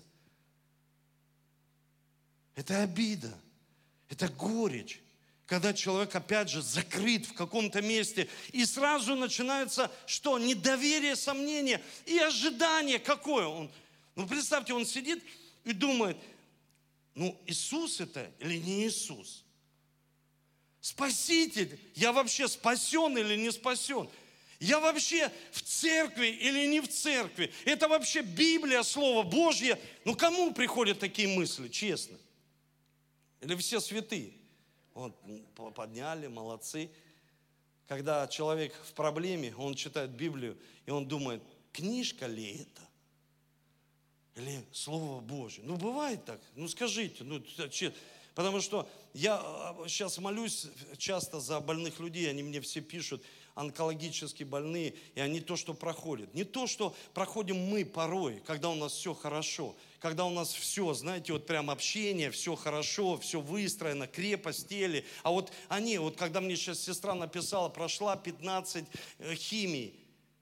Это обида. Это горечь. Когда человек, опять же, закрыт в каком-то месте. И сразу начинается что? Недоверие, сомнение и ожидание. Какое он? Ну, представьте, он сидит и думает, ну, Иисус это или не Иисус? Спаситель. Я вообще спасен или не спасен? Я вообще в церкви или не в церкви? Это вообще Библия, Слово Божье. Ну, кому приходят такие мысли, честно? Или все святые? Вот, подняли, молодцы. Когда человек в проблеме, он читает Библию, и он думает, книжка ли это? Или Слово Божье? Ну, бывает так. Ну, скажите. Ну, потому что я сейчас молюсь часто за больных людей, они мне все пишут, онкологически больные, и они то, что проходят. Не то, что проходим мы порой, когда у нас все хорошо, когда у нас все, знаете, вот прям общение, все хорошо, все выстроено, крепость тела. А вот они, вот когда мне сейчас сестра написала, прошла пятнадцать химий.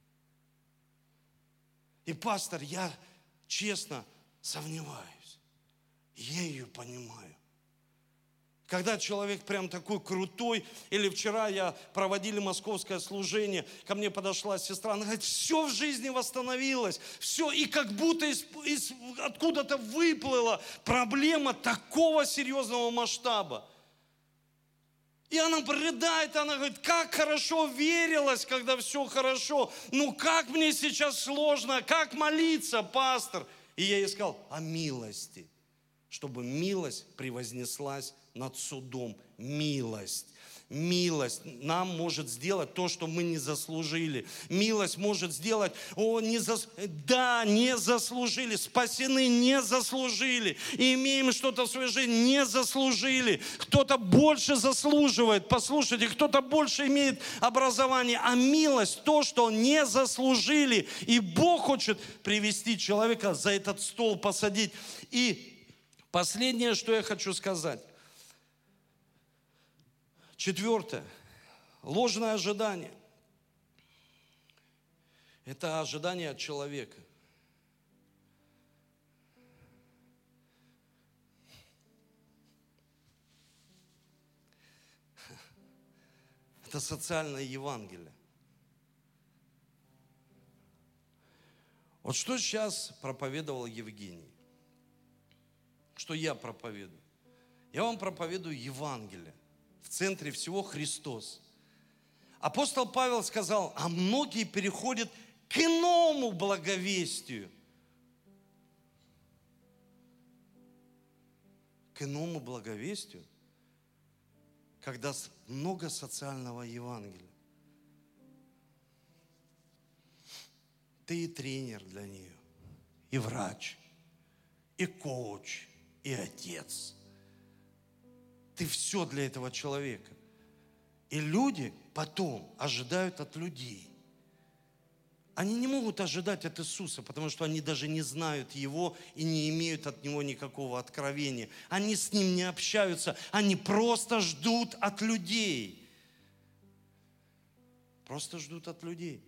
И пастор, я честно сомневаюсь. Я ее понимаю. Когда человек прям такой крутой. Или вчера я проводили московское служение, ко мне подошла сестра, она говорит, все в жизни восстановилось, все, и как будто из, из, откуда-то выплыла проблема такого серьезного масштаба. И она рыдает, она говорит, как хорошо верилось, когда все хорошо. Ну как мне сейчас сложно, как молиться, пастор? И я ей сказал, о милости, чтобы милость превознеслась над судом. Милость. Милость нам может сделать то, что мы не заслужили. Милость может сделать, о, не зас... да, не заслужили, спасены не заслужили, и имеем что-то в своей жизни, не заслужили. Кто-то больше заслуживает, послушайте, кто-то больше имеет образование, а милость то, что не заслужили. И Бог хочет привести человека за этот стол, посадить. И последнее, что я хочу сказать. Четвертое. Ложное ожидание. Это ожидание от человека. Это социальное Евангелие. Вот что сейчас проповедовал Евгений? Что я проповедую? Я вам проповедую Евангелие. В центре всего Христос. Апостол Павел сказал, а многие переходят к иному благовестию. К иному благовестию, когда много социального Евангелия. Ты и тренер для нее, и врач, и коуч, и отец. Ты все для этого человека. И люди потом ожидают от людей. Они не могут ожидать от Иисуса, потому что они даже не знают Его и не имеют от Него никакого откровения. Они с Ним не общаются, они просто ждут от людей. Просто ждут от людей.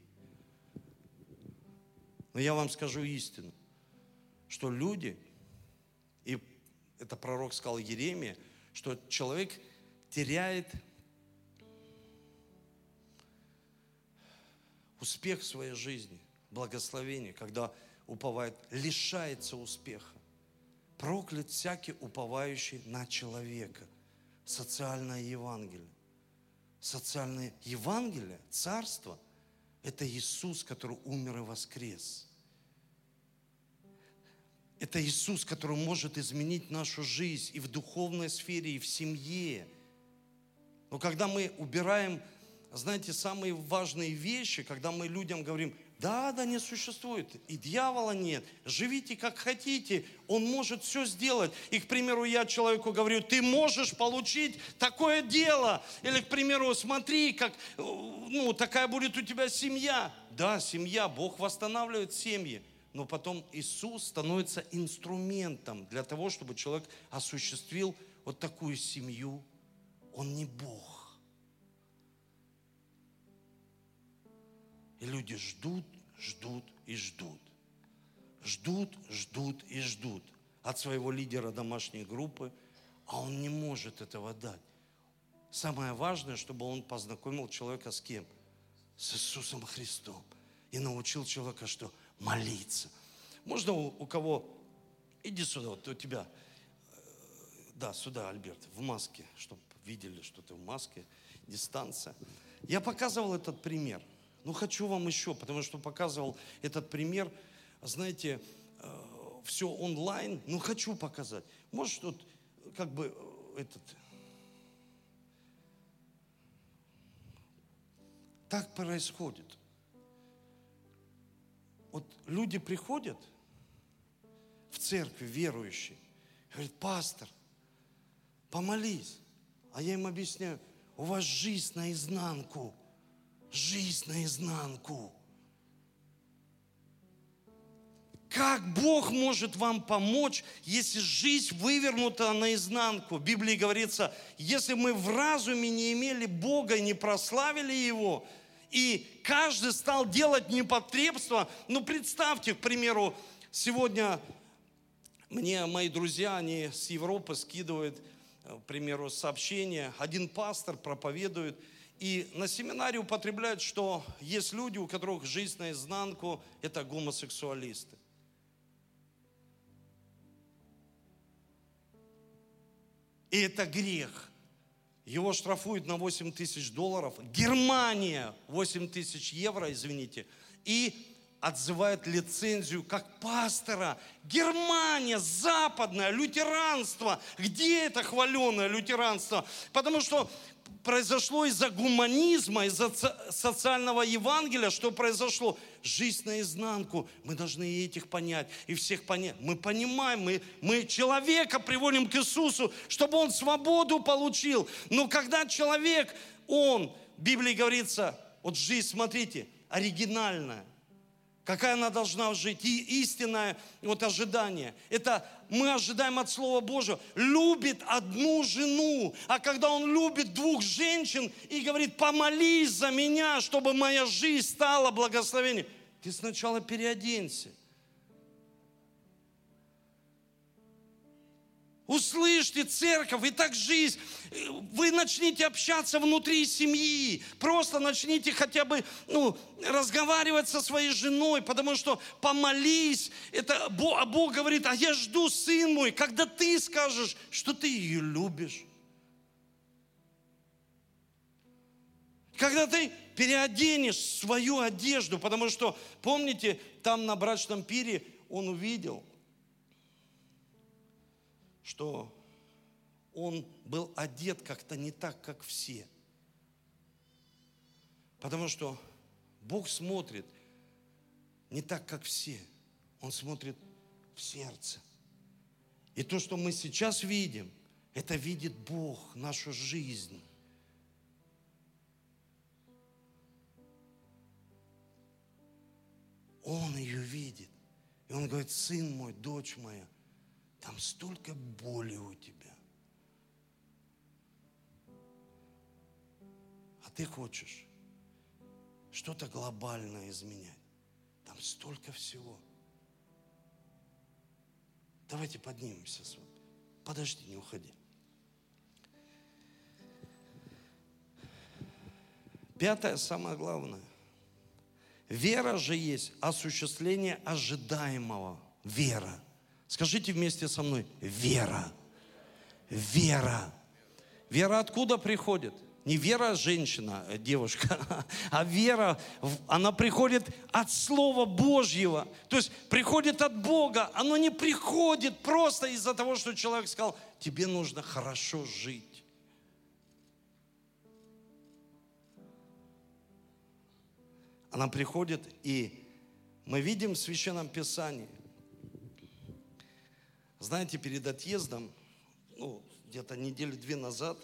Но я вам скажу истину, что люди, и это пророк сказал Иеремия, что человек теряет успех в своей жизни, благословение, когда уповает, лишается успеха. Проклят всякий уповающий на человека. Социальное Евангелие. Социальное Евангелие, Царство, это Иисус, который умер и воскрес. Это Иисус, который может изменить нашу жизнь и в духовной сфере, и в семье. Но когда мы убираем, знаете, самые важные вещи, когда мы людям говорим, да, да, не существует, и дьявола нет, живите как хотите, он может все сделать. И, к примеру, я человеку говорю, ты можешь получить такое дело. Или, к примеру, смотри, как, ну, такая будет у тебя семья. Да, семья, Бог восстанавливает семьи. Но потом Иисус становится инструментом для того, чтобы человек осуществил вот такую семью. Он не Бог. И люди ждут, ждут и ждут. Ждут, ждут и ждут от своего лидера домашней группы, а он не может этого дать. Самое важное, чтобы он познакомил человека с кем? С Иисусом Христом. И научил человека, что молиться. Можно у, у кого... Иди сюда, вот у тебя. Да, сюда, Альберт, в маске, чтобы видели, что ты в маске. Дистанция. Я показывал этот пример. Но хочу вам еще, потому что показывал этот пример. Знаете, все онлайн. Но хочу показать. Может, вот как бы этот... Так происходит. Вот люди приходят в церковь, верующие, говорят, пастор, помолись. А я им объясняю, у вас жизнь наизнанку. Жизнь наизнанку. Как Бог может вам помочь, если жизнь вывернута наизнанку? В Библии говорится, если мы в разуме не имели Бога и не прославили Его, и каждый стал делать непотребство. Ну, представьте, к примеру, сегодня мне мои друзья, они с Европы скидывают к примеру, сообщение, один пастор проповедует, и на семинаре употребляют, что есть люди, у которых жизнь наизнанку, это гомосексуалисты. И это грех. Его штрафуют на восемь тысяч долларов. Германия восемь тысяч евро, извините. И отзывает лицензию как пастора. Германия, западное лютеранство. Где это хваленое лютеранство? Потому что произошло из-за гуманизма, из-за социального Евангелия, что произошло? Жизнь наизнанку. Мы должны этих понять и всех понять. Мы понимаем, мы, мы человека приводим к Иисусу, чтобы он свободу получил. Но когда человек, он, в Библии говорится, вот жизнь, смотрите, оригинальная. Какая она должна жить? И истинное вот ожидание. Это мы ожидаем от Слова Божьего. Любит одну жену. А когда он любит двух женщин и говорит, помолись за меня, чтобы моя жизнь стала благословением. Ты сначала переоденься. Услышьте, церковь, и так жизнь. Вы начните общаться внутри семьи. Просто начните хотя бы ну, разговаривать со своей женой, потому что помолись. Это Бог, а Бог говорит, а я жду, сын мой, когда ты скажешь, что ты ее любишь. Когда ты переоденешь свою одежду, потому что, помните, там на брачном пире он увидел, что он был одет как-то не так, как все. Потому что Бог смотрит не так, как все. Он смотрит в сердце. И то, что мы сейчас видим, это видит Бог, нашу жизнь. Он ее видит. И он говорит, сын мой, дочь моя, там столько боли у тебя. А ты хочешь что-то глобальное изменять. Там столько всего. Давайте поднимемся с вами. Подожди, не уходи. Пятое, самое главное. Вера же есть осуществление ожидаемого. Вера. Скажите вместе со мной. Вера. Вера. Вера откуда приходит? Не вера женщина, девушка, а вера, она приходит от Слова Божьего. То есть приходит от Бога. Оно не приходит просто из-за того, что человек сказал, тебе нужно хорошо жить. Она приходит, и мы видим в Священном Писании, знаете, перед отъездом, ну, где-то недели две назад,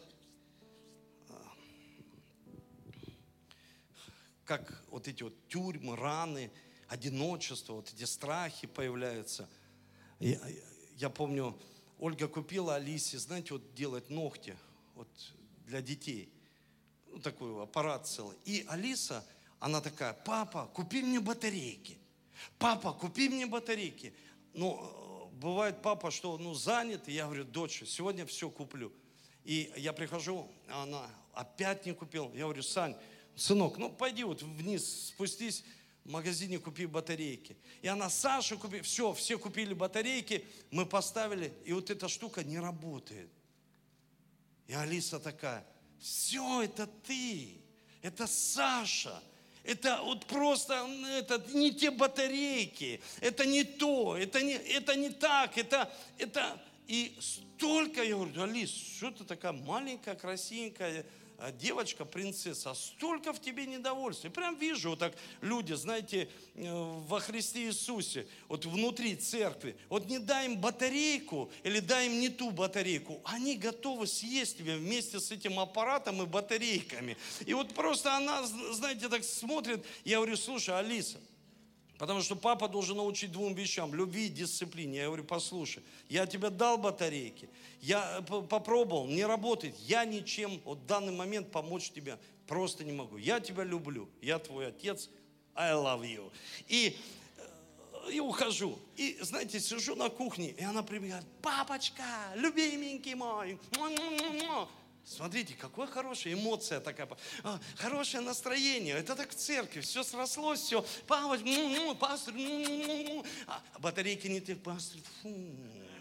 как вот эти вот тюрьмы, раны, одиночество, вот эти страхи появляются. Я, я помню, Ольга купила Алисе, знаете, вот делать ногти вот для детей. Ну, такой аппарат целый. И Алиса, она такая, папа, купи мне батарейки. Папа, купи мне батарейки. Ну, бывает папа, что ну, занят, и я говорю, дочь, сегодня все куплю. И я прихожу, а она опять не купила. Я говорю, Сань, сынок, ну пойди вот вниз, спустись в магазине, купи батарейки. И она, Саша, купи, все, все купили батарейки, мы поставили, и вот эта штука не работает. И Алиса такая, все, это ты, это Саша. Это вот просто, это не те батарейки, это не то, это не, это не так, это, это... И столько, я говорю, Алис, что ты такая маленькая, красивенькая девочка, принцесса, а столько в тебе недовольства. И прям вижу, вот так люди, знаете, во Христе Иисусе, вот внутри церкви, вот не дай им батарейку или дай им не ту батарейку, они готовы съесть тебя вместе с этим аппаратом и батарейками. И вот просто она, знаете, так смотрит, я говорю, слушай, Алиса, потому что папа должен научить двум вещам, любви и дисциплине. Я говорю, послушай, я тебе дал батарейки, я попробовал, не работает, я ничем вот в данный момент помочь тебе просто не могу. Я тебя люблю, я твой отец, I love you. И и ухожу. И, знаете, сижу на кухне, и она прибегает: папочка, любименький мой. Смотрите, какая хорошая эмоция такая, хорошее настроение. Это так в церкви, все срослось, все. Папочка, пастор, а батарейки не ты, пастор. Фу,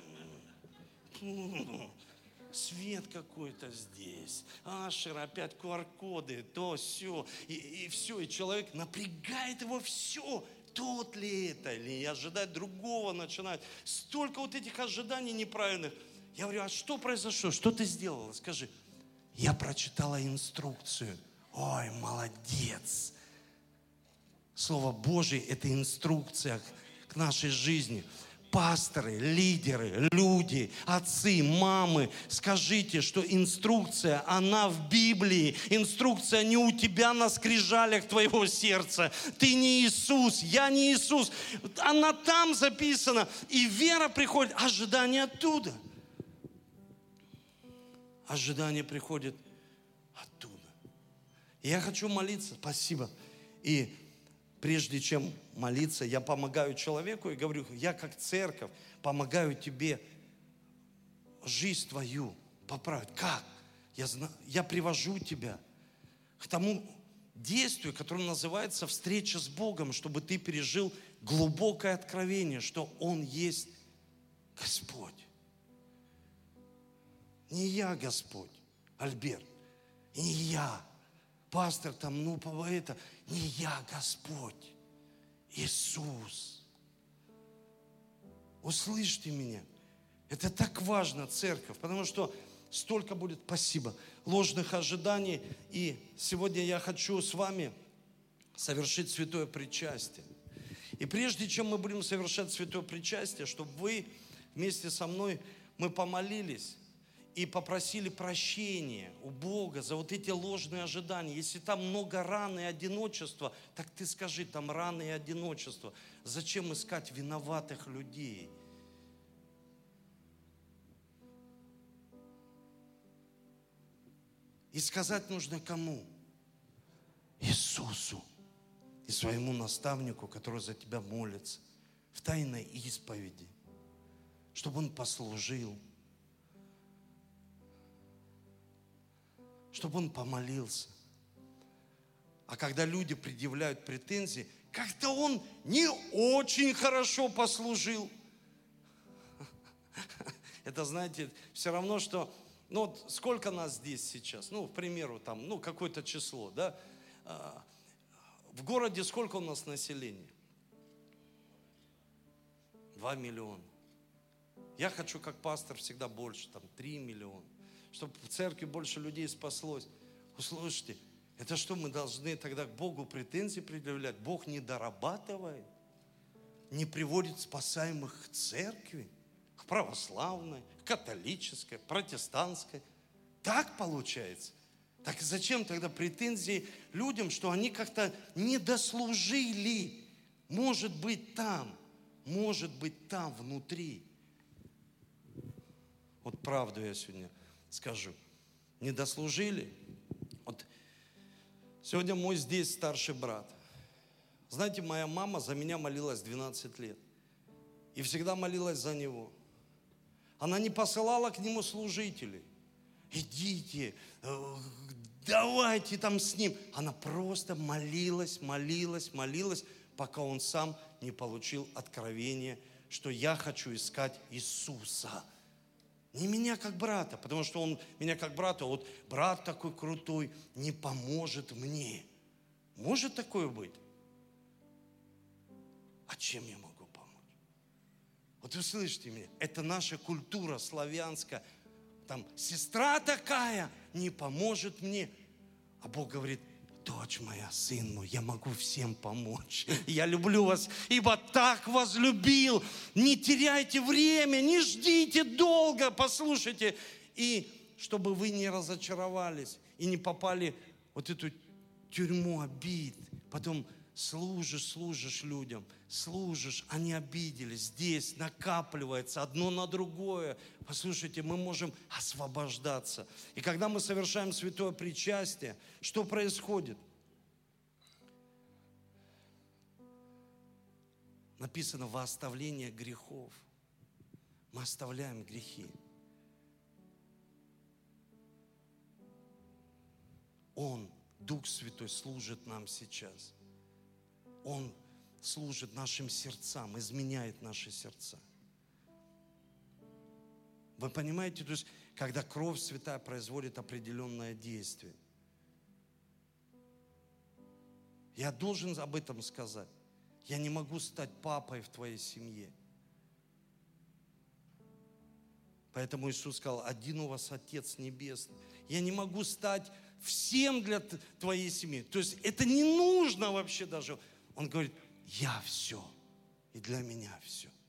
фу. Свет какой-то здесь, Ашер, опять ку ар коды, то, все, и, и все, и человек напрягает его все, тот ли это, или ожидать другого начинает. Столько вот этих ожиданий неправильных. Я говорю: а что произошло, что ты сделала, скажи. Я прочитала инструкцию. Ой, молодец. Слово Божие – это инструкция к нашей жизни. Пасторы, лидеры, люди, отцы, мамы, скажите, что инструкция, она в Библии. Инструкция не у тебя на скрижалях твоего сердца. Ты не Иисус, я не Иисус. Она там записана. И вера приходит, ожидание оттуда. Ожидание приходит оттуда. И я хочу молиться. Спасибо. И прежде чем молиться, я помогаю человеку и говорю: я как церковь помогаю тебе жизнь твою поправить. Как? Я, знаю, я привожу тебя к тому действию, которое называется встреча с Богом, чтобы ты пережил глубокое откровение, что Он есть Господь. Не я Господь, Альберт, и не я, пастор там, ну, это, не я Господь, Иисус. Услышьте меня. Это так важно, церковь, потому что столько будет, спасибо, ложных ожиданий. И сегодня я хочу с вами совершить святое причастие. И прежде чем мы будем совершать святое причастие, чтобы вы вместе со мной, мы помолились и попросили прощения у Бога за вот эти ложные ожидания. Если там много раны и одиночества, так ты скажи, там раны и одиночество. Зачем искать виноватых людей? И сказать нужно кому? Иисусу и своему наставнику, который за тебя молится в тайной исповеди, чтобы он послужил, чтобы он помолился. А когда люди предъявляют претензии, как-то он не очень хорошо послужил. Это, знаете, все равно, что, ну, вот сколько нас здесь сейчас? Ну, к примеру, там, ну, какое-то число, да? В городе сколько у нас населения? Два миллиона. Я хочу, как пастор, всегда больше, там, три миллиона. Чтобы в церкви больше людей спаслось. Услышьте, это что, мы должны тогда к Богу претензии предъявлять? Бог не дорабатывает, не приводит спасаемых к церкви, к православной, к католической, протестантской. Так получается. Так зачем тогда претензии людям, что они как-то не дослужили? Может быть там, может быть там внутри. Вот правду я сегодня скажу. Не дослужили? Вот сегодня мой здесь старший брат. Знаете, моя мама за меня молилась двенадцать лет. И всегда молилась за него. Она не посылала к нему служителей. Идите, давайте там с ним. Она просто молилась, молилась, молилась, пока он сам не получил откровение, что я хочу искать Иисуса. Не меня как брата, потому что он меня как брата, вот брат такой крутой не поможет мне. Может такое быть? А чем я могу помочь? Вот вы слышите меня, это наша культура славянская. Там сестра такая не поможет мне. А Бог говорит: дочь моя, сын мой, я могу всем помочь. Я люблю вас, ибо так возлюбил. Не теряйте время, не ждите долго, послушайте. И чтобы вы не разочаровались и не попали в вот эту тюрьму обид. Потом служишь, служишь людям, служишь, они обиделись. Здесь накапливается одно на другое. Послушайте, мы можем освобождаться. И когда мы совершаем святое причастие, что происходит? написано во оставление грехов. Мы оставляем грехи. Он, Дух Святой, служит нам сейчас. Он служит нашим сердцам, изменяет наши сердца. Вы понимаете, то есть, когда кровь святая производит определенное действие. Я должен об этом сказать. Я не могу стать папой в твоей семье. Поэтому Иисус сказал, один у вас Отец Небесный. Я не могу стать всем для твоей семьи. То есть это не нужно вообще даже. Он говорит, я все. И для меня все.